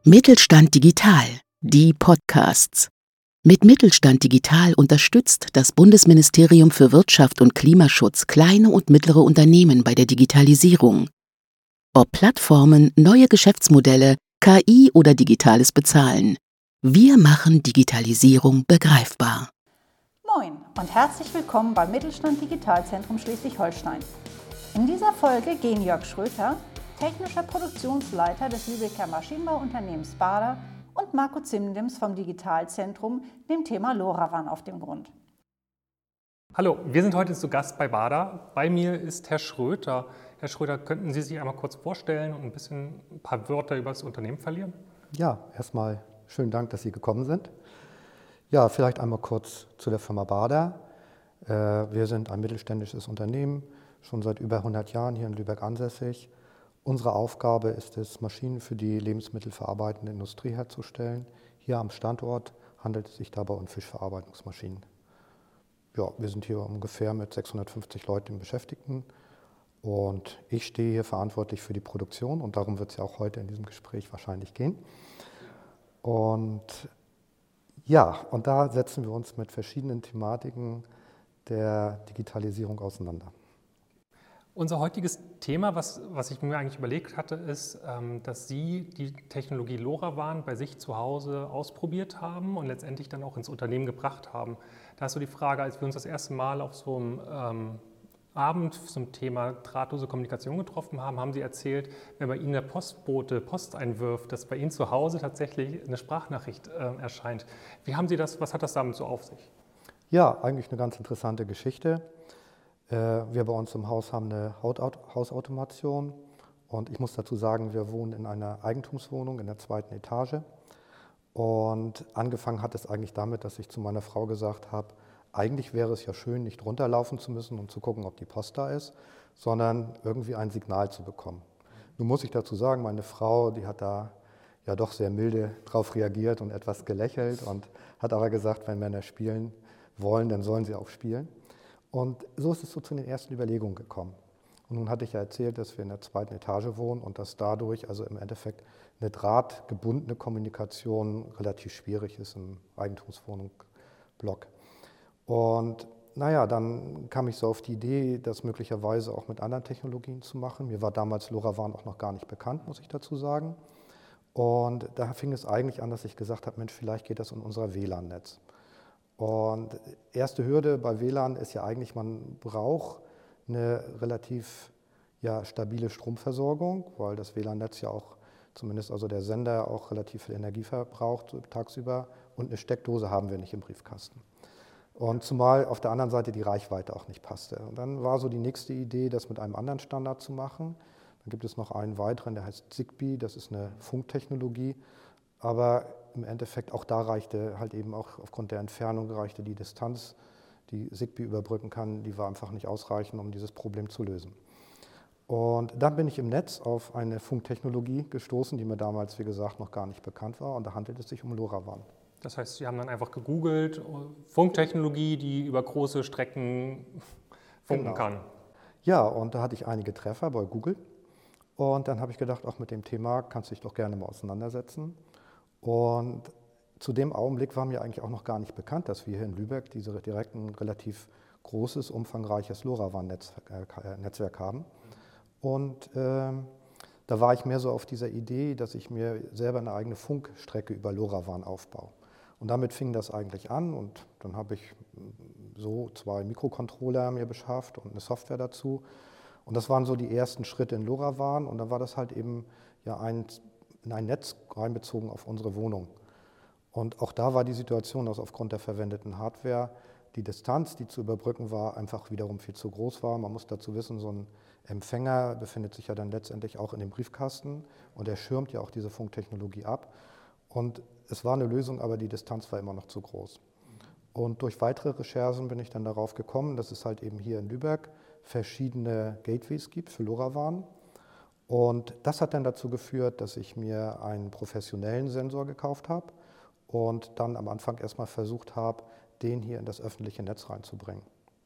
Mittelstand Digital, die Podcasts. Mit Mittelstand Digital unterstützt das Bundesministerium für Wirtschaft und Klimaschutz kleine und mittlere Unternehmen bei der Digitalisierung. Ob Plattformen, neue Geschäftsmodelle, KI oder digitales Bezahlen. Wir machen Digitalisierung begreifbar. Moin und herzlich willkommen beim Mittelstand Digitalzentrum Schleswig-Holstein. In dieser Folge gehen Jörg Schröter, technischer Produktionsleiter des Lübecker Maschinenbauunternehmens BADA, und Marco Zimdims vom Digitalzentrum dem Thema LoRaWAN auf den Grund. Hallo, wir sind heute zu Gast bei BADA. Bei mir ist Herr Schröter. Herr Schröter, könnten Sie sich einmal kurz vorstellen und ein paar Wörter über das Unternehmen verlieren? Ja, erstmal schönen Dank, dass Sie gekommen sind. Ja, vielleicht einmal kurz zu der Firma BADA. Wir sind ein mittelständisches Unternehmen, schon seit über 100 Jahren hier in Lübeck ansässig. Unsere Aufgabe ist es, Maschinen für die lebensmittelverarbeitende Industrie herzustellen. Hier am Standort handelt es sich dabei um Fischverarbeitungsmaschinen. Ja, wir sind hier ungefähr mit 650 Leuten Beschäftigten und ich stehe hier verantwortlich für die Produktion und darum wird es ja auch heute in diesem Gespräch wahrscheinlich gehen. Und ja, und da setzen wir uns mit verschiedenen Thematiken der Digitalisierung auseinander. Unser heutiges Thema, was ich mir eigentlich überlegt hatte, ist, dass Sie die Technologie LoRaWAN bei sich zu Hause ausprobiert haben und letztendlich dann auch ins Unternehmen gebracht haben. Da ist so die Frage, als wir uns das erste Mal auf so einem Abend zum Thema drahtlose Kommunikation getroffen haben, haben Sie erzählt, wenn bei Ihnen der Postbote Post einwirft, dass bei Ihnen zu Hause tatsächlich eine Sprachnachricht erscheint. Wie haben Sie das, was hat das damit so auf sich? Ja, eigentlich eine ganz interessante Geschichte. Wir bei uns im Haus haben eine Hausautomation und ich muss dazu sagen, wir wohnen in einer Eigentumswohnung in der 2. Etage. Und angefangen hat es eigentlich damit, dass ich zu meiner Frau gesagt habe, eigentlich wäre es ja schön, nicht runterlaufen zu müssen, um zu gucken, ob die Post da ist, sondern irgendwie ein Signal zu bekommen. Nun muss ich dazu sagen, meine Frau, die hat da ja doch sehr milde drauf reagiert und etwas gelächelt und hat aber gesagt, wenn Männer spielen wollen, dann sollen sie auch spielen. Und so ist es so zu den ersten Überlegungen gekommen. Und nun hatte ich ja erzählt, dass wir in der 2. Etage wohnen und dass dadurch also im Endeffekt eine drahtgebundene Kommunikation relativ schwierig ist im Eigentumswohnungsblock. Und naja, dann kam ich so auf die Idee, das möglicherweise auch mit anderen Technologien zu machen. Mir war damals LoRaWAN auch noch gar nicht bekannt, muss ich dazu sagen. Und da fing es eigentlich an, dass ich gesagt habe, Mensch, vielleicht geht das in unser WLAN-Netz. Und erste Hürde bei WLAN ist ja eigentlich, man braucht eine relativ stabile Stromversorgung, weil das WLAN-Netz ja auch, zumindest also der Sender, auch relativ viel Energie verbraucht tagsüber und eine Steckdose haben wir nicht im Briefkasten. Und zumal auf der anderen Seite die Reichweite auch nicht passte. Und dann war so die nächste Idee, das mit einem anderen Standard zu machen. Dann gibt es noch einen weiteren, der heißt Zigbee, das ist eine Funktechnologie, aber im Endeffekt auch da reichte halt eben auch aufgrund der Entfernung reichte die Distanz, die Zigbee überbrücken kann, die war einfach nicht ausreichend, um dieses Problem zu lösen. Und dann bin ich im Netz auf eine Funktechnologie gestoßen, die mir damals, wie gesagt, noch gar nicht bekannt war und da handelt es sich um LoRaWAN. Das heißt, Sie haben dann einfach gegoogelt, Funktechnologie, die über große Strecken funken kann. Ja, und da hatte ich einige Treffer bei Google und dann habe ich gedacht, auch mit dem Thema kannst du dich doch gerne mal auseinandersetzen. Und zu dem Augenblick war mir eigentlich auch noch gar nicht bekannt, dass wir hier in Lübeck direkt ein relativ großes, umfangreiches LoRaWAN-Netzwerk haben. Und da war ich mehr so auf dieser Idee, dass ich mir selber eine eigene Funkstrecke über LoRaWAN aufbaue. Und damit fing das eigentlich an und dann habe ich so 2 Mikrocontroller mir beschafft und eine Software dazu. Und das waren so die ersten Schritte in LoRaWAN und dann war das halt eben in ein Netz reinbezogen auf unsere Wohnung. Und auch da war die Situation, dass aufgrund der verwendeten Hardware die Distanz, die zu überbrücken war, einfach wiederum viel zu groß war. Man muss dazu wissen, so ein Empfänger befindet sich ja dann letztendlich auch in dem Briefkasten und er schirmt ja auch diese Funktechnologie ab. Und es war eine Lösung, aber die Distanz war immer noch zu groß. Und durch weitere Recherchen bin ich dann darauf gekommen, dass es halt eben hier in Lübeck verschiedene Gateways gibt für LoRaWAN. Und das hat dann dazu geführt, dass ich mir einen professionellen Sensor gekauft habe und dann am Anfang erstmal versucht habe, den hier in das öffentliche Netz reinzubringen.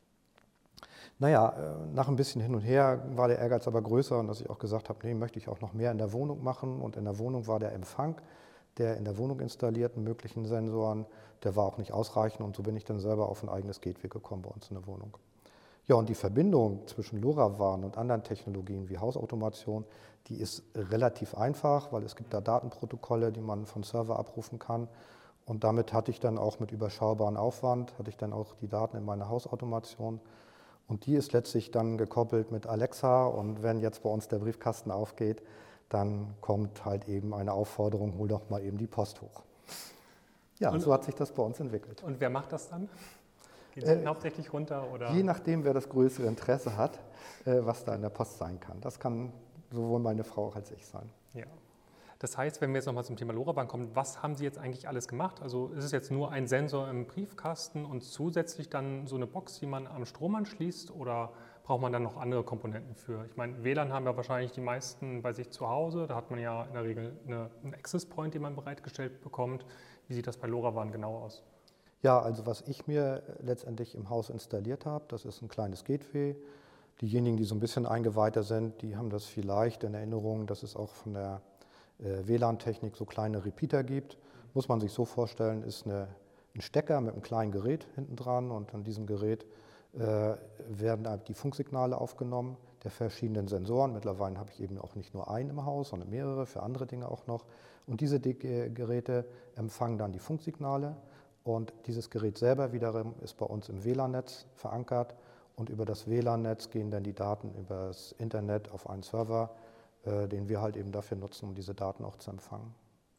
Naja, nach ein bisschen hin und her war der Ehrgeiz aber größer und dass ich auch gesagt habe, nee, möchte ich auch noch mehr in der Wohnung machen. Und in der Wohnung war der Empfang der in der Wohnung installierten möglichen Sensoren, der war auch nicht ausreichend und so bin ich dann selber auf ein eigenes Gateway gekommen bei uns in der Wohnung. Ja, und die Verbindung zwischen LoRaWAN und anderen Technologien wie Hausautomation, die ist relativ einfach, weil es gibt da Datenprotokolle, die man von Server abrufen kann. Und damit hatte ich dann auch mit überschaubarem Aufwand, hatte ich dann auch die Daten in meiner Hausautomation. Und die ist letztlich dann gekoppelt mit Alexa. Und wenn jetzt bei uns der Briefkasten aufgeht, dann kommt halt eben eine Aufforderung, hol doch mal eben die Post hoch. Ja, und so hat sich das bei uns entwickelt. Und wer macht das dann? Gehen Sie hauptsächlich runter? Oder? Je nachdem, wer das größere Interesse hat, was da in der Post sein kann. Das kann sowohl meine Frau als ich sein. Ja. Das heißt, wenn wir jetzt nochmal zum Thema LoRaWAN kommen, was haben Sie jetzt eigentlich alles gemacht? Also ist es jetzt nur ein Sensor im Briefkasten und zusätzlich dann so eine Box, die man am Strom anschließt, oder braucht man dann noch andere Komponenten für? Ich meine, WLAN haben ja wahrscheinlich die meisten bei sich zu Hause. Da hat man ja in der Regel einen Access Point, den man bereitgestellt bekommt. Wie sieht das bei LoRaWAN genau aus? Ja, also was ich mir letztendlich im Haus installiert habe, das ist ein kleines Gateway. Diejenigen, die so ein bisschen eingeweihter sind, die haben das vielleicht in Erinnerung, dass es auch von der WLAN-Technik so kleine Repeater gibt. Muss man sich so vorstellen, ist ein Stecker mit einem kleinen Gerät hinten dran und an diesem Gerät werden die Funksignale aufgenommen der verschiedenen Sensoren. Mittlerweile habe ich eben auch nicht nur einen im Haus, sondern mehrere, für andere Dinge auch noch. Und diese Geräte empfangen dann die Funksignale und dieses Gerät selber wiederum ist bei uns im WLAN-Netz verankert und über das WLAN-Netz gehen dann die Daten über das Internet auf einen Server, den wir halt eben dafür nutzen, um diese Daten auch zu empfangen.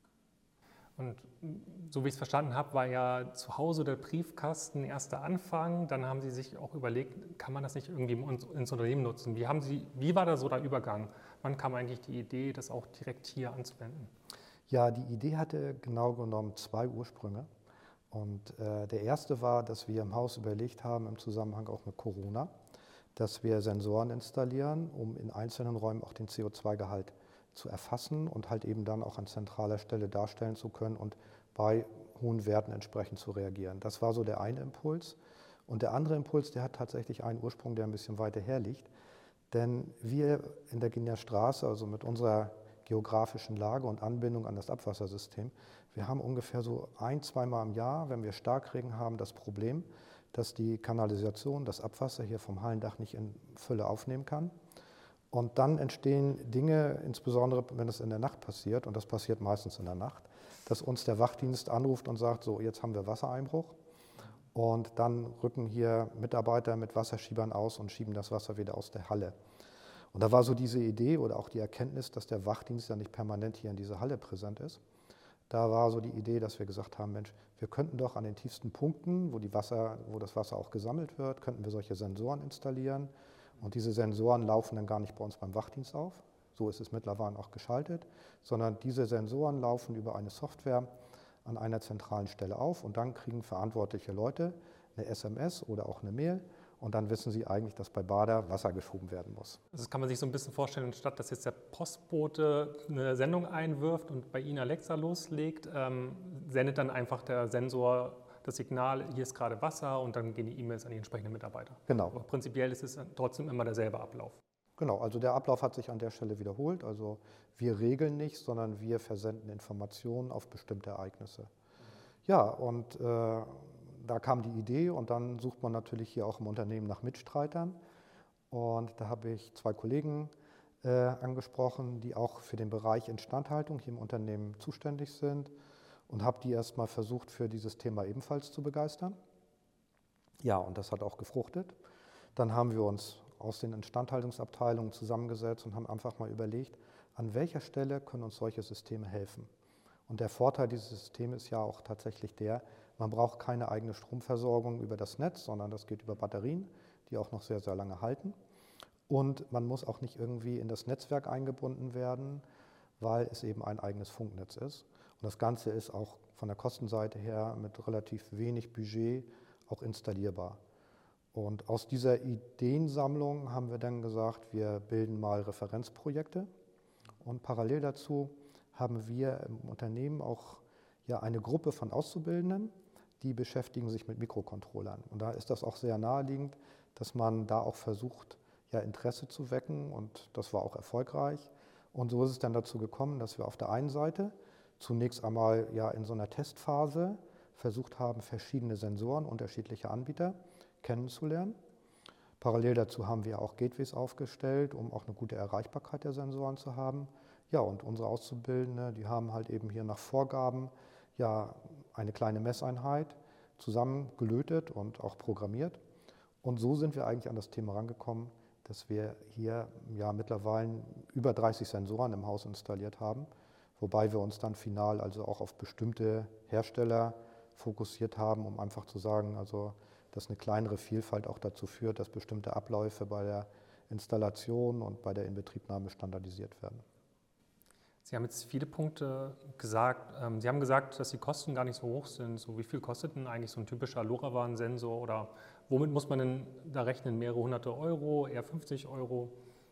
Und so wie ich es verstanden habe, war ja zu Hause der Briefkasten erster Anfang. Dann haben Sie sich auch überlegt, kann man das nicht irgendwie ins Unternehmen nutzen? Wie war da so der Übergang? Wann kam eigentlich die Idee, das auch direkt hier anzuwenden? Ja, die Idee hatte genau genommen zwei Ursprünge. Und der erste war, dass wir im Haus überlegt haben, im Zusammenhang auch mit Corona, dass wir Sensoren installieren, um in einzelnen Räumen auch den CO2-Gehalt zu erfassen und halt eben dann auch an zentraler Stelle darstellen zu können und bei hohen Werten entsprechend zu reagieren. Das war so der eine Impuls. Und der andere Impuls, der hat tatsächlich einen Ursprung, der ein bisschen weiter her liegt. Denn wir in der Gießener Straße, also mit unserer geografischen Lage und Anbindung an das Abwassersystem, wir haben ungefähr so 1-2 Mal im Jahr, wenn wir Starkregen haben, das Problem, dass die Kanalisation das Abwasser hier vom Hallendach nicht in Fülle aufnehmen kann. Und dann entstehen Dinge, insbesondere wenn es in der Nacht passiert, und das passiert meistens in der Nacht, dass uns der Wachdienst anruft und sagt, so jetzt haben wir Wassereinbruch. Und dann rücken hier Mitarbeiter mit Wasserschiebern aus und schieben das Wasser wieder aus der Halle. Und da war so diese Idee oder auch die Erkenntnis, dass der Wachdienst ja nicht permanent hier in dieser Halle präsent ist. Da war so die Idee, dass wir gesagt haben, Mensch, wir könnten doch an den tiefsten Punkten, wo das Wasser auch gesammelt wird, könnten wir solche Sensoren installieren. Und diese Sensoren laufen dann gar nicht bei uns beim Wachdienst auf, so ist es mittlerweile auch geschaltet, sondern diese Sensoren laufen über eine Software an einer zentralen Stelle auf und dann kriegen verantwortliche Leute eine SMS oder auch eine Mail und dann wissen sie eigentlich, dass bei Bader Wasser geschoben werden muss. Das kann man sich so ein bisschen vorstellen, statt dass jetzt der Postbote eine Sendung einwirft und bei Ihnen Alexa loslegt, sendet dann einfach der Sensor das Signal, hier ist gerade Wasser und dann gehen die E-Mails an die entsprechenden Mitarbeiter. Genau. Aber prinzipiell ist es trotzdem immer derselbe Ablauf. Genau, also der Ablauf hat sich an der Stelle wiederholt. Also wir regeln nicht, sondern wir versenden Informationen auf bestimmte Ereignisse. Ja, und da kam die Idee und dann sucht man natürlich hier auch im Unternehmen nach Mitstreitern. Und da habe ich 2 Kollegen angesprochen, die auch für den Bereich Instandhaltung hier im Unternehmen zuständig sind und habe die erstmal versucht, für dieses Thema ebenfalls zu begeistern. Ja, und das hat auch gefruchtet. Dann haben wir uns aus den Instandhaltungsabteilungen zusammengesetzt und haben einfach mal überlegt, an welcher Stelle können uns solche Systeme helfen. Und der Vorteil dieses Systems ist ja auch tatsächlich der, man braucht keine eigene Stromversorgung über das Netz, sondern das geht über Batterien, die auch noch sehr, sehr lange halten. Und man muss auch nicht irgendwie in das Netzwerk eingebunden werden, weil es eben ein eigenes Funknetz ist. Und das Ganze ist auch von der Kostenseite her mit relativ wenig Budget auch installierbar. Und aus dieser Ideensammlung haben wir dann gesagt, wir bilden mal Referenzprojekte. Und parallel dazu haben wir im Unternehmen auch eine Gruppe von Auszubildenden, die beschäftigen sich mit Mikrocontrollern. Und da ist das auch sehr naheliegend, dass man da auch versucht, Interesse zu wecken. Und das war auch erfolgreich. Und so ist es dann dazu gekommen, dass wir auf der einen Seite zunächst einmal ja in so einer Testphase versucht haben, verschiedene Sensoren unterschiedlicher Anbieter kennenzulernen. Parallel dazu haben wir auch Gateways aufgestellt, um auch eine gute Erreichbarkeit der Sensoren zu haben. Ja, und unsere Auszubildenden, die haben halt eben hier nach Vorgaben ja eine kleine Messeinheit zusammengelötet und auch programmiert. Und so sind wir eigentlich an das Thema rangekommen, dass wir hier ja mittlerweile über 30 Sensoren im Haus installiert haben, wobei wir uns dann final also auch auf bestimmte Hersteller fokussiert haben, um einfach zu sagen, also dass eine kleinere Vielfalt auch dazu führt, dass bestimmte Abläufe bei der Installation und bei der Inbetriebnahme standardisiert werden. Sie haben jetzt viele Punkte gesagt. Sie haben gesagt, dass die Kosten gar nicht so hoch sind. So, wie viel kostet denn eigentlich so ein typischer LoRaWAN-Sensor oder womit muss man denn da rechnen? Mehrere hunderte Euro, eher 50 Euro?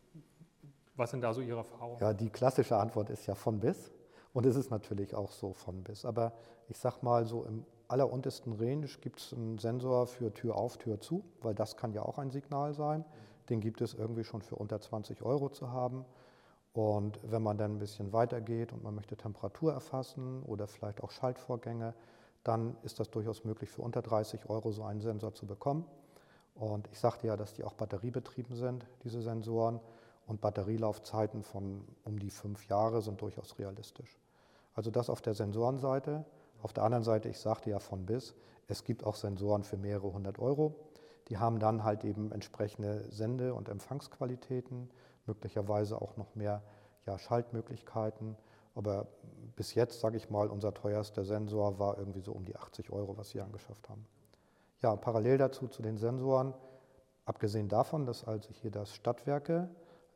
Was sind da so Ihre Erfahrungen? Ja, die klassische Antwort ist ja von bis und es ist natürlich auch so von bis. Aber ich sag mal so im alleruntersten Range gibt es einen Sensor für Tür auf, Tür zu, weil das kann ja auch ein Signal sein. Den gibt es irgendwie schon für unter 20 Euro zu haben. Und wenn man dann ein bisschen weiter geht und man möchte Temperatur erfassen oder vielleicht auch Schaltvorgänge, dann ist das durchaus möglich, für unter 30 Euro so einen Sensor zu bekommen. Und ich sagte ja, dass die auch batteriebetrieben sind, diese Sensoren. Und Batterielaufzeiten von um die 5 Jahre sind durchaus realistisch. Also das auf der Sensorenseite. Auf der anderen Seite, ich sagte ja von bis, es gibt auch Sensoren für mehrere hundert Euro. Die haben dann halt eben entsprechende Sende- und Empfangsqualitäten, möglicherweise auch noch mehr Schaltmöglichkeiten. Aber bis jetzt, sage ich mal, unser teuerster Sensor war irgendwie so um die 80 Euro, was wir angeschafft haben. Ja, parallel dazu zu den Sensoren, abgesehen davon, dass also hier das Stadtwerke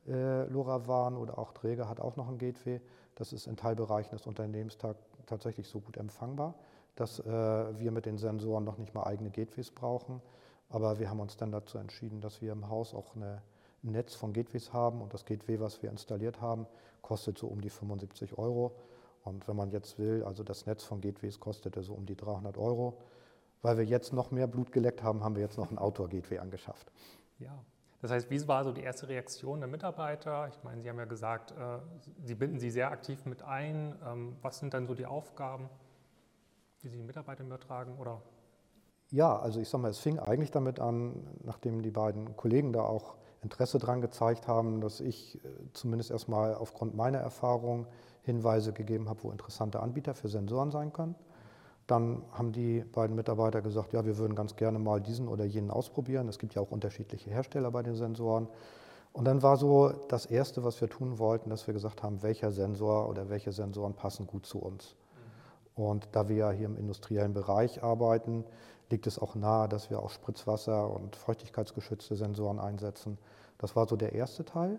LoRaWAN oder auch Dräger hat auch noch ein Gateway, das ist in Teilbereichen des Unternehmens tatsächlich so gut empfangbar, dass wir mit den Sensoren noch nicht mal eigene Gateways brauchen. Aber wir haben uns dann dazu entschieden, dass wir im Haus auch ein Netz von Gateways haben und das Gateway, was wir installiert haben, kostet so um die 75 Euro. Und wenn man jetzt will, also das Netz von Gateways kostete so um die 300 Euro. Weil wir jetzt noch mehr Blut geleckt haben, haben wir jetzt noch ein Outdoor-Gateway angeschafft. Ja, das heißt, wie war so die erste Reaktion der Mitarbeiter? Ich meine, Sie haben ja gesagt, Sie binden sie sehr aktiv mit ein. Was sind dann so die Aufgaben, die Sie den Mitarbeitern übertragen? Oder? Ja, also ich sag mal, es fing eigentlich damit an, nachdem die beiden Kollegen da auch Interesse dran gezeigt haben, dass ich zumindest erstmal aufgrund meiner Erfahrung Hinweise gegeben habe, wo interessante Anbieter für Sensoren sein können. Dann haben die beiden Mitarbeiter gesagt, ja, wir würden ganz gerne mal diesen oder jenen ausprobieren. Es gibt ja auch unterschiedliche Hersteller bei den Sensoren. Und dann war so das Erste, was wir tun wollten, dass wir gesagt haben, welcher Sensor oder welche Sensoren passen gut zu uns. Und da wir ja hier im industriellen Bereich arbeiten, liegt es auch nahe, dass wir auch Spritzwasser- und feuchtigkeitsgeschützte Sensoren einsetzen. Das war so der erste Teil.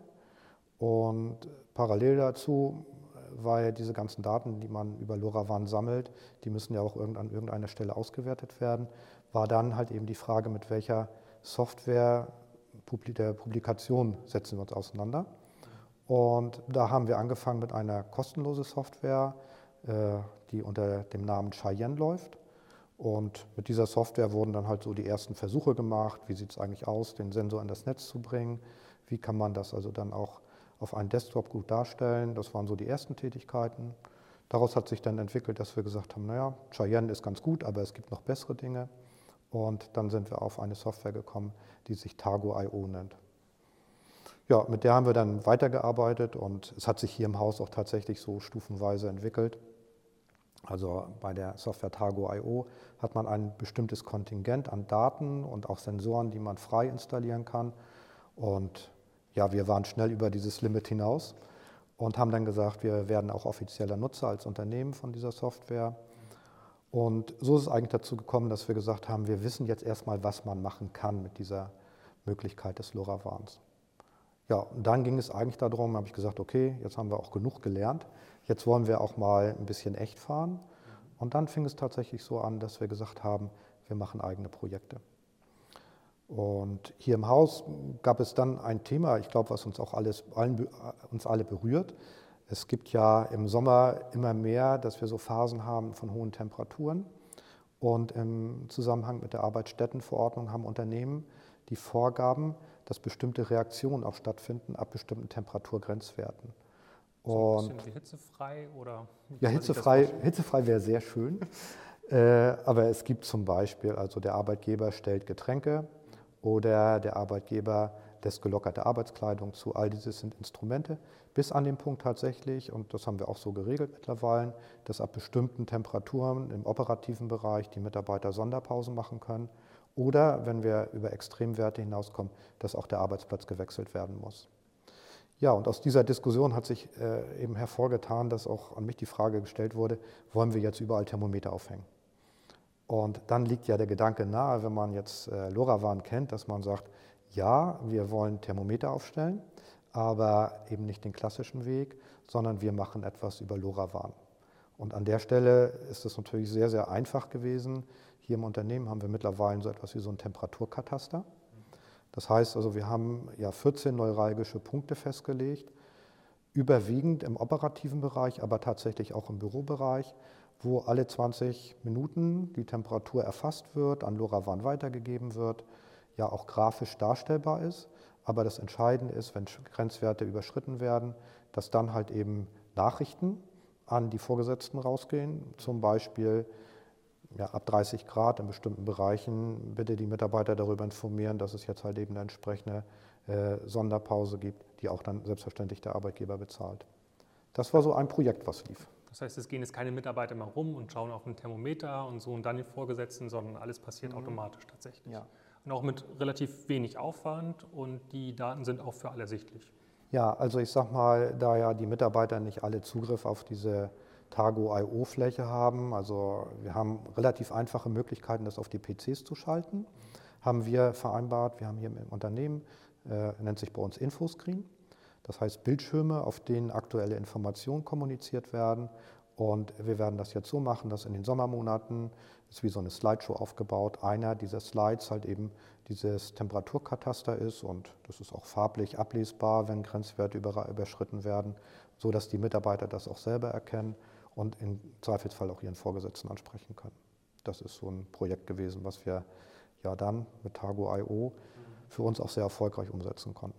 Und parallel dazu, weil diese ganzen Daten, die man über LoRaWAN sammelt, die müssen ja auch an irgendeiner Stelle ausgewertet werden, war dann halt eben die Frage, mit welcher Software der Publikation setzen wir uns auseinander. Und da haben wir angefangen mit einer kostenlosen Software, die unter dem Namen Cheyenne läuft. Und mit dieser Software wurden dann halt so die ersten Versuche gemacht, wie sieht es eigentlich aus, den Sensor in das Netz zu bringen, wie kann man das also dann auch auf einen Desktop gut darstellen. Das waren so die ersten Tätigkeiten. Daraus hat sich dann entwickelt, dass wir gesagt haben, naja, Cheyenne ist ganz gut, aber es gibt noch bessere Dinge. Und dann sind wir auf eine Software gekommen, die sich Targo.io nennt. Ja, mit der haben wir dann weitergearbeitet und es hat sich hier im Haus auch tatsächlich so stufenweise entwickelt. Also bei der Software Targo.io hat man ein bestimmtes Kontingent an Daten und auch Sensoren, die man frei installieren kann. Und ja, wir waren schnell über dieses Limit hinaus und haben dann gesagt, wir werden auch offizieller Nutzer als Unternehmen von dieser Software. Und so ist es eigentlich dazu gekommen, dass wir gesagt haben, wir wissen jetzt erstmal, was man machen kann mit dieser Möglichkeit des LoRaWANs. Ja, und dann ging es eigentlich darum, habe ich gesagt, okay, jetzt haben wir auch genug gelernt, jetzt wollen wir auch mal ein bisschen echt fahren. Und dann fing es tatsächlich so an, dass wir gesagt haben, wir machen eigene Projekte. Und hier im Haus gab es dann ein Thema, ich glaube, was uns auch uns alle berührt. Es gibt ja im Sommer immer mehr, dass wir so Phasen haben von hohen Temperaturen. Und im Zusammenhang mit der Arbeitsstättenverordnung haben Unternehmen die Vorgaben, dass bestimmte Reaktionen auch stattfinden ab bestimmten Temperaturgrenzwerten. So ein bisschen wie hitzefrei oder? Ja, hitzefrei wäre sehr schön. Aber es gibt zum Beispiel, also der Arbeitgeber stellt Getränke oder der Arbeitgeber lässt gelockerte Arbeitskleidung zu. All dieses sind Instrumente, bis an den Punkt tatsächlich, und das haben wir auch so geregelt mittlerweile, dass ab bestimmten Temperaturen im operativen Bereich die Mitarbeiter Sonderpausen machen können. Oder, wenn wir über Extremwerte hinauskommen, dass auch der Arbeitsplatz gewechselt werden muss. Ja, und aus dieser Diskussion hat sich eben hervorgetan, dass auch an mich die Frage gestellt wurde, wollen wir jetzt überall Thermometer aufhängen? Und dann liegt ja der Gedanke nahe, wenn man jetzt LoRaWAN kennt, dass man sagt, ja, wir wollen Thermometer aufstellen, aber eben nicht den klassischen Weg, sondern wir machen etwas über LoRaWAN. Und an der Stelle ist es natürlich sehr, sehr einfach gewesen. Hier im Unternehmen haben wir mittlerweile so etwas wie so ein Temperaturkataster. Das heißt also, wir haben ja 14 neuralgische Punkte festgelegt, überwiegend im operativen Bereich, aber tatsächlich auch im Bürobereich, wo alle 20 Minuten die Temperatur erfasst wird, an LoRaWAN weitergegeben wird, ja auch grafisch darstellbar ist. Aber das Entscheidende ist, wenn Grenzwerte überschritten werden, dass dann halt eben Nachrichten an die Vorgesetzten rausgehen, zum Beispiel ja, ab 30 Grad in bestimmten Bereichen bitte die Mitarbeiter darüber informieren, dass es jetzt halt eben eine entsprechende Sonderpause gibt, die auch dann selbstverständlich der Arbeitgeber bezahlt. Das war so ein Projekt, was lief. Das heißt, es gehen jetzt keine Mitarbeiter mal rum und schauen auf ein Thermometer und so und dann den Vorgesetzten, sondern alles passiert automatisch tatsächlich. Ja. Und auch mit relativ wenig Aufwand und die Daten sind auch für alle ersichtlich. Ja, also ich sag mal, da ja die Mitarbeiter nicht alle Zugriff auf diese Targo I/O-Fläche haben, also wir haben relativ einfache Möglichkeiten, das auf die PCs zu schalten, haben wir vereinbart, wir haben hier im Unternehmen, nennt sich bei uns Infoscreen, das heißt Bildschirme, auf denen aktuelle Informationen kommuniziert werden, und wir werden das jetzt so machen, dass in den Sommermonaten ist wie so eine Slideshow aufgebaut, einer dieser Slides halt eben dieses Temperaturkataster ist, und das ist auch farblich ablesbar, wenn Grenzwerte überschritten werden, so dass die Mitarbeiter das auch selber erkennen und im Zweifelsfall auch ihren Vorgesetzten ansprechen können. Das ist so ein Projekt gewesen, was wir ja dann mit Targo I/O für uns auch sehr erfolgreich umsetzen konnten.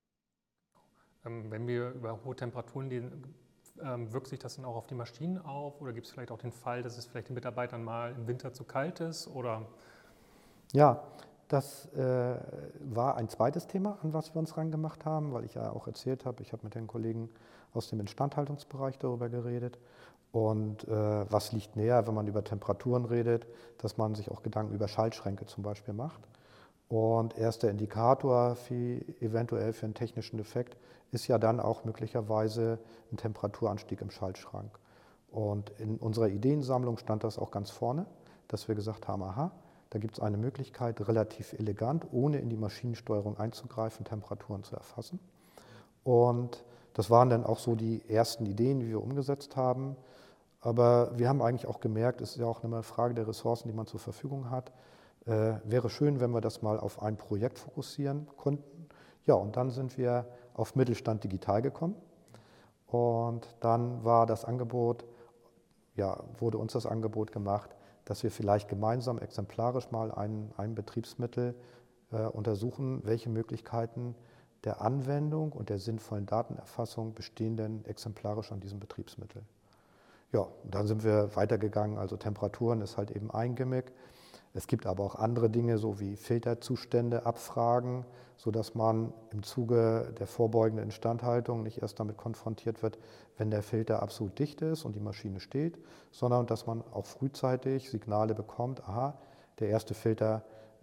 Wenn wir über hohe Temperaturen reden, wirkt sich das dann auch auf die Maschinen auf, oder gibt es vielleicht auch den Fall, dass es vielleicht den Mitarbeitern mal im Winter zu kalt ist? Oder? Ja, das war ein zweites Thema, an was wir uns rangemacht haben, weil ich ja auch erzählt habe, ich habe mit den Kollegen aus dem Instandhaltungsbereich darüber geredet. Und was liegt näher, wenn man über Temperaturen redet, dass man sich auch Gedanken über Schaltschränke zum Beispiel macht. Und erster Indikator eventuell für einen technischen Defekt ist ja dann auch möglicherweise ein Temperaturanstieg im Schaltschrank. Und in unserer Ideensammlung stand das auch ganz vorne, dass wir gesagt haben, aha, da gibt es eine Möglichkeit, relativ elegant, ohne in die Maschinensteuerung einzugreifen, Temperaturen zu erfassen. Und das waren dann auch so die ersten Ideen, die wir umgesetzt haben. Aber wir haben eigentlich auch gemerkt, es ist ja auch eine Frage der Ressourcen, die man zur Verfügung hat. Wäre schön, wenn wir das mal auf ein Projekt fokussieren konnten. Ja, und dann sind wir auf Mittelstand Digital gekommen. Und dann war das Angebot, ja, wurde uns das Angebot gemacht, dass wir vielleicht gemeinsam exemplarisch mal ein Betriebsmittel untersuchen, welche Möglichkeiten der Anwendung und der sinnvollen Datenerfassung bestehen denn exemplarisch an diesem Betriebsmittel. Ja, und dann sind wir weitergegangen, also Temperaturen ist halt eben ein Gimmick. Es gibt aber auch andere Dinge, so wie Filterzustände abfragen, sodass man im Zuge der vorbeugenden Instandhaltung nicht erst damit konfrontiert wird, wenn der Filter absolut dicht ist und die Maschine steht, sondern dass man auch frühzeitig Signale bekommt, aha, der erste Filter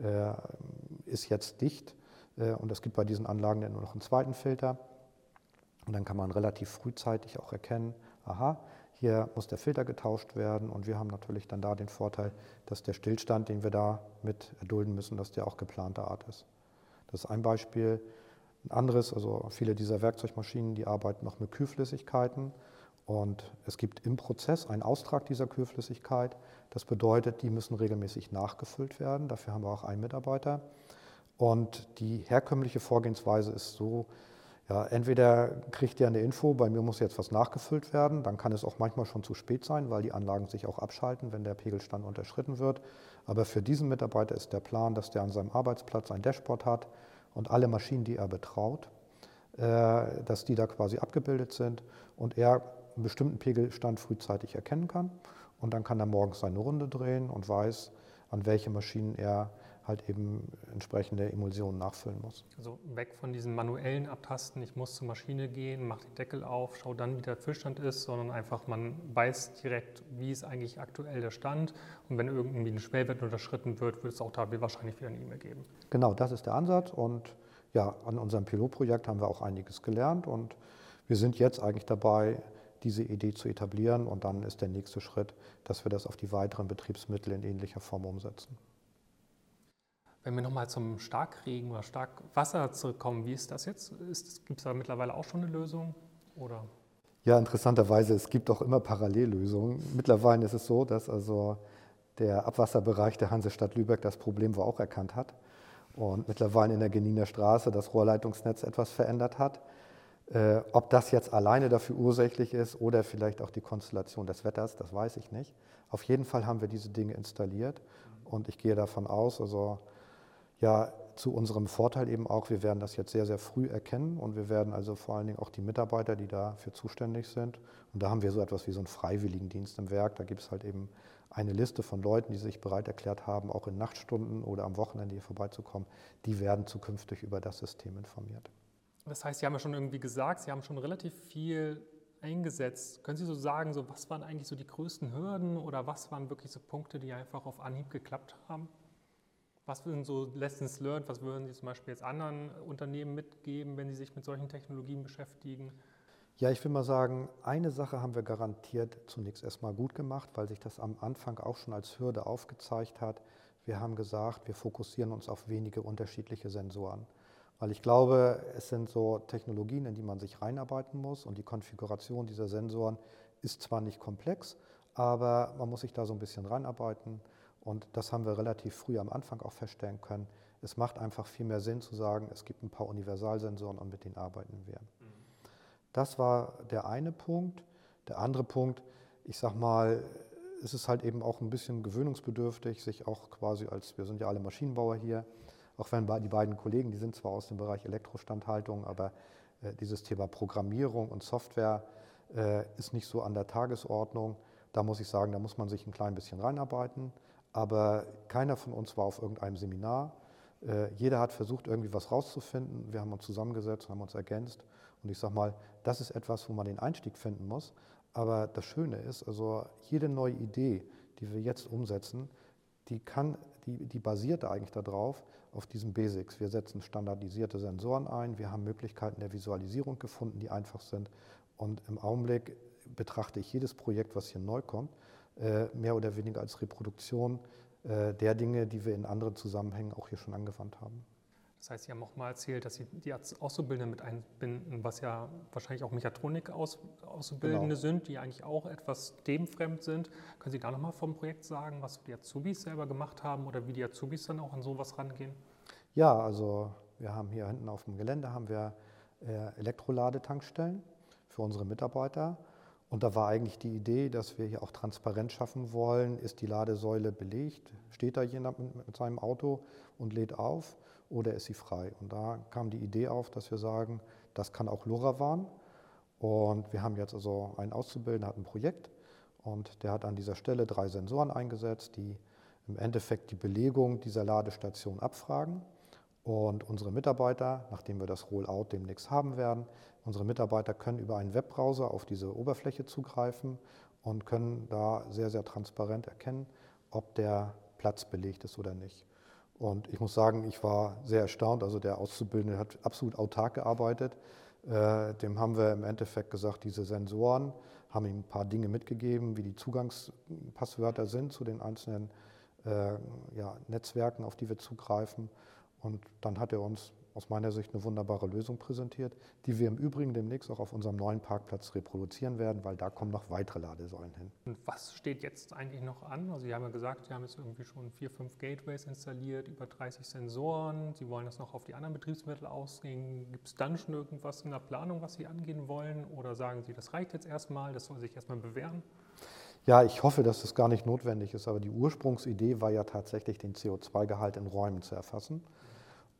ist jetzt dicht, und es gibt bei diesen Anlagen dann nur noch einen zweiten Filter. Und dann kann man relativ frühzeitig auch erkennen, aha, hier muss der Filter getauscht werden, und wir haben natürlich dann da den Vorteil, dass der Stillstand, den wir da mit erdulden müssen, dass der auch geplanter Art ist. Das ist ein Beispiel. Ein anderes, also viele dieser Werkzeugmaschinen, die arbeiten noch mit Kühlflüssigkeiten, und es gibt im Prozess einen Austrag dieser Kühlflüssigkeit. Das bedeutet, die müssen regelmäßig nachgefüllt werden. Dafür haben wir auch einen Mitarbeiter. Und die herkömmliche Vorgehensweise ist so, ja, entweder kriegt ihr eine Info, bei mir muss jetzt was nachgefüllt werden, dann kann es auch manchmal schon zu spät sein, weil die Anlagen sich auch abschalten, wenn der Pegelstand unterschritten wird. Aber für diesen Mitarbeiter ist der Plan, dass der an seinem Arbeitsplatz ein Dashboard hat und alle Maschinen, die er betraut, dass die da quasi abgebildet sind und er einen bestimmten Pegelstand frühzeitig erkennen kann. Und dann kann er morgens seine Runde drehen und weiß, an welche Maschinen er halt eben entsprechende Emulsionen nachfüllen muss. Also weg von diesen manuellen Abtasten, ich muss zur Maschine gehen, mache den Deckel auf, schaue dann, wie der Füllstand ist, sondern einfach, man weiß direkt, wie ist eigentlich aktuell der Stand. Und wenn irgendwie ein Schwellwert unterschritten wird, wird es auch da wahrscheinlich wieder eine E-Mail geben. Genau, das ist der Ansatz. Und ja, an unserem Pilotprojekt haben wir auch einiges gelernt. Und wir sind jetzt eigentlich dabei, diese Idee zu etablieren. Und dann ist der nächste Schritt, dass wir das auf die weiteren Betriebsmittel in ähnlicher Form umsetzen. Wenn wir nochmal zum Starkregen oder Starkwasser zurückkommen, wie ist das jetzt? Gibt es da mittlerweile auch schon eine Lösung? Oder? Ja, interessanterweise, es gibt auch immer Parallellösungen. Mittlerweile ist es so, dass also der Abwasserbereich der Hansestadt Lübeck das Problem wohl auch erkannt hat und mittlerweile in der Geniner Straße das Rohrleitungsnetz etwas verändert hat. Ob das jetzt alleine dafür ursächlich ist oder vielleicht auch die Konstellation des Wetters, das weiß ich nicht. Auf jeden Fall haben wir diese Dinge installiert und ich gehe davon aus, also ja, zu unserem Vorteil eben auch, wir werden das jetzt sehr, sehr früh erkennen und wir werden also vor allen Dingen auch die Mitarbeiter, die dafür zuständig sind, und da haben wir so etwas wie so einen Freiwilligendienst im Werk, da gibt es halt eben eine Liste von Leuten, die sich bereit erklärt haben, auch in Nachtstunden oder am Wochenende hier vorbeizukommen, die werden zukünftig über das System informiert. Das heißt, Sie haben ja schon irgendwie gesagt, Sie haben schon relativ viel eingesetzt. Können Sie so sagen, so, was waren eigentlich so die größten Hürden oder was waren wirklich so Punkte, die einfach auf Anhieb geklappt haben? Was sind so Lessons learned? Was würden Sie zum Beispiel jetzt anderen Unternehmen mitgeben, wenn sie sich mit solchen Technologien beschäftigen? Ja, ich will mal sagen, eine Sache haben wir garantiert zunächst erstmal gut gemacht, weil sich das am Anfang auch schon als Hürde aufgezeigt hat. Wir haben gesagt, wir fokussieren uns auf wenige unterschiedliche Sensoren. Weil ich glaube, es sind so Technologien, in die man sich reinarbeiten muss und die Konfiguration dieser Sensoren ist zwar nicht komplex, aber man muss sich da so ein bisschen reinarbeiten. Und das haben wir relativ früh am Anfang auch feststellen können. Es macht einfach viel mehr Sinn zu sagen, es gibt ein paar Universalsensoren und mit denen arbeiten wir. Das war der eine Punkt. Der andere Punkt, ich sag mal, es ist halt eben auch ein bisschen gewöhnungsbedürftig, sich auch quasi wir sind ja alle Maschinenbauer hier, auch wenn die beiden Kollegen, die sind zwar aus dem Bereich Elektrostandhaltung, aber dieses Thema Programmierung und Software ist nicht so an der Tagesordnung. Da muss ich sagen, da muss man sich ein klein bisschen reinarbeiten. Aber keiner von uns war auf irgendeinem Seminar. Jeder hat versucht, irgendwie was rauszufinden. Wir haben uns zusammengesetzt, haben uns ergänzt. Und ich sage mal, das ist etwas, wo man den Einstieg finden muss. Aber das Schöne ist, also jede neue Idee, die wir jetzt umsetzen, die basiert eigentlich darauf, auf diesen Basics. Wir setzen standardisierte Sensoren ein. Wir haben Möglichkeiten der Visualisierung gefunden, die einfach sind. Und im Augenblick betrachte ich jedes Projekt, was hier neu kommt, mehr oder weniger als Reproduktion der Dinge, die wir in anderen Zusammenhängen auch hier schon angewandt haben. Das heißt, Sie haben auch mal erzählt, dass Sie die Auszubildenden mit einbinden, was ja wahrscheinlich auch Mechatronik-Auszubildende Genau. sind, die eigentlich auch etwas themenfremd sind. Können Sie da nochmal vom Projekt sagen, was die Azubis selber gemacht haben oder wie die Azubis dann auch an sowas rangehen? Ja, also wir haben hier hinten auf dem Gelände haben wir Elektroladetankstellen für unsere Mitarbeiter. Und da war eigentlich die Idee, dass wir hier auch Transparenz schaffen wollen. Ist die Ladesäule belegt? Steht da jemand mit seinem Auto und lädt auf oder ist sie frei? Und da kam die Idee auf, dass wir sagen, das kann auch LoRaWAN. Und wir haben jetzt also einen Auszubildenden, hat ein Projekt und der hat an dieser Stelle 3 Sensoren eingesetzt, die im Endeffekt die Belegung dieser Ladestation abfragen. Und unsere Mitarbeiter, nachdem wir das Rollout demnächst haben werden, unsere Mitarbeiter können über einen Webbrowser auf diese Oberfläche zugreifen und können da sehr, sehr transparent erkennen, ob der Platz belegt ist oder nicht. Und ich muss sagen, ich war sehr erstaunt. Also der Auszubildende hat absolut autark gearbeitet. Dem haben wir im Endeffekt gesagt, diese Sensoren haben ihm ein paar Dinge mitgegeben, wie die Zugangspasswörter sind zu den einzelnen Netzwerken, auf die wir zugreifen. Und dann hat er uns aus meiner Sicht eine wunderbare Lösung präsentiert, die wir im Übrigen demnächst auch auf unserem neuen Parkplatz reproduzieren werden, weil da kommen noch weitere Ladesäulen hin. Und was steht jetzt eigentlich noch an? Also Sie haben ja gesagt, Sie haben jetzt irgendwie schon 4, 5 Gateways installiert, über 30 Sensoren. Sie wollen das noch auf die anderen Betriebsmittel ausgehen. Gibt es dann schon irgendwas in der Planung, was Sie angehen wollen? Oder sagen Sie, das reicht jetzt erstmal, das soll sich erstmal bewähren? Ja, ich hoffe, dass das gar nicht notwendig ist, aber die Ursprungsidee war ja tatsächlich, den CO2-Gehalt in Räumen zu erfassen.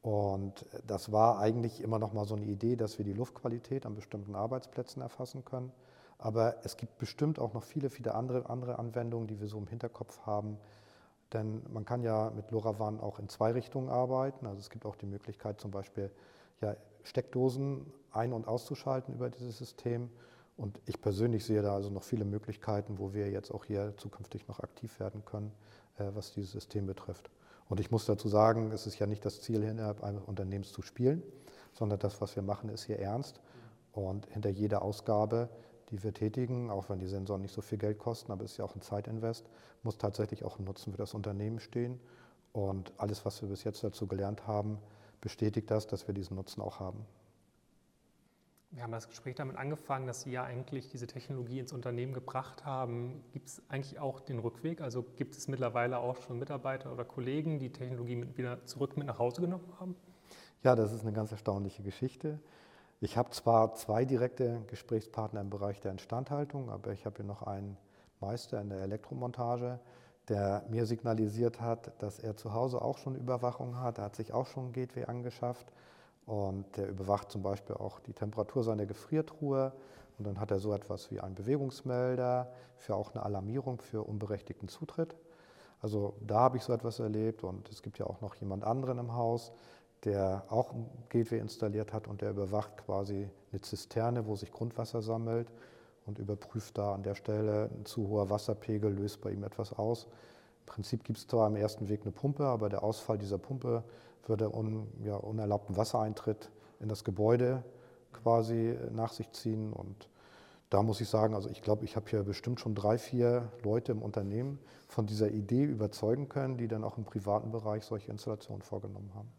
Und das war eigentlich immer noch mal so eine Idee, dass wir die Luftqualität an bestimmten Arbeitsplätzen erfassen können. Aber es gibt bestimmt auch noch viele, viele andere Anwendungen, die wir so im Hinterkopf haben. Denn man kann ja mit LoRaWAN auch in zwei Richtungen arbeiten. Also es gibt auch die Möglichkeit, zum Beispiel Steckdosen ein- und auszuschalten über dieses System. Und ich persönlich sehe da also noch viele Möglichkeiten, wo wir jetzt auch hier zukünftig noch aktiv werden können, was dieses System betrifft. Und ich muss dazu sagen, es ist ja nicht das Ziel, innerhalb eines Unternehmens zu spielen, sondern das, was wir machen, ist hier ernst. Und hinter jeder Ausgabe, die wir tätigen, auch wenn die Sensoren nicht so viel Geld kosten, aber es ist ja auch ein Zeitinvest, muss tatsächlich auch ein Nutzen für das Unternehmen stehen. Und alles, was wir bis jetzt dazu gelernt haben, bestätigt das, dass wir diesen Nutzen auch haben. Wir haben das Gespräch damit angefangen, dass Sie ja eigentlich diese Technologie ins Unternehmen gebracht haben. Gibt es eigentlich auch den Rückweg? Also gibt es mittlerweile auch schon Mitarbeiter oder Kollegen, die Technologie wieder zurück mit nach Hause genommen haben? Ja, das ist eine ganz erstaunliche Geschichte. Ich habe zwar 2 direkte Gesprächspartner im Bereich der Instandhaltung, aber ich habe hier noch einen Meister in der Elektromontage, der mir signalisiert hat, dass er zu Hause auch schon Überwachung hat. Er hat sich auch schon ein Gateway angeschafft. Und der überwacht zum Beispiel auch die Temperatur seiner Gefriertruhe. Und dann hat er so etwas wie einen Bewegungsmelder für auch eine Alarmierung für unberechtigten Zutritt. Also da habe ich so etwas erlebt. Und es gibt ja auch noch jemand anderen im Haus, der auch ein Gateway installiert hat und der überwacht quasi eine Zisterne, wo sich Grundwasser sammelt und überprüft da an der Stelle, ein zu hoher Wasserpegel löst bei ihm etwas aus. Im Prinzip gibt es zwar am ersten Weg eine Pumpe, aber der Ausfall dieser Pumpe würde unerlaubten Wassereintritt in das Gebäude quasi nach sich ziehen. Und da muss ich sagen, also ich glaube, ich habe hier bestimmt schon 3, 4 Leute im Unternehmen von dieser Idee überzeugen können, die dann auch im privaten Bereich solche Installationen vorgenommen haben.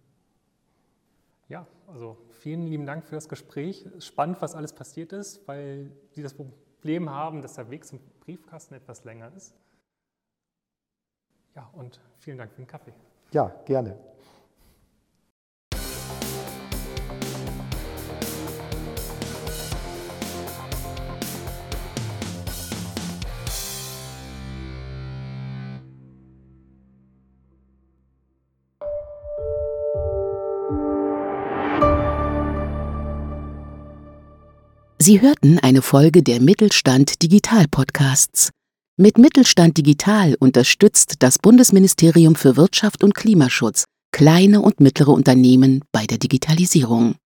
Ja, also vielen lieben Dank für das Gespräch. Spannend, was alles passiert ist, weil Sie das Problem haben, dass der Weg zum Briefkasten etwas länger ist. Ja, und vielen Dank für den Kaffee. Ja, gerne. Sie hörten eine Folge der Mittelstand Digital Podcasts. Mit Mittelstand Digital unterstützt das Bundesministerium für Wirtschaft und Klimaschutz kleine und mittlere Unternehmen bei der Digitalisierung.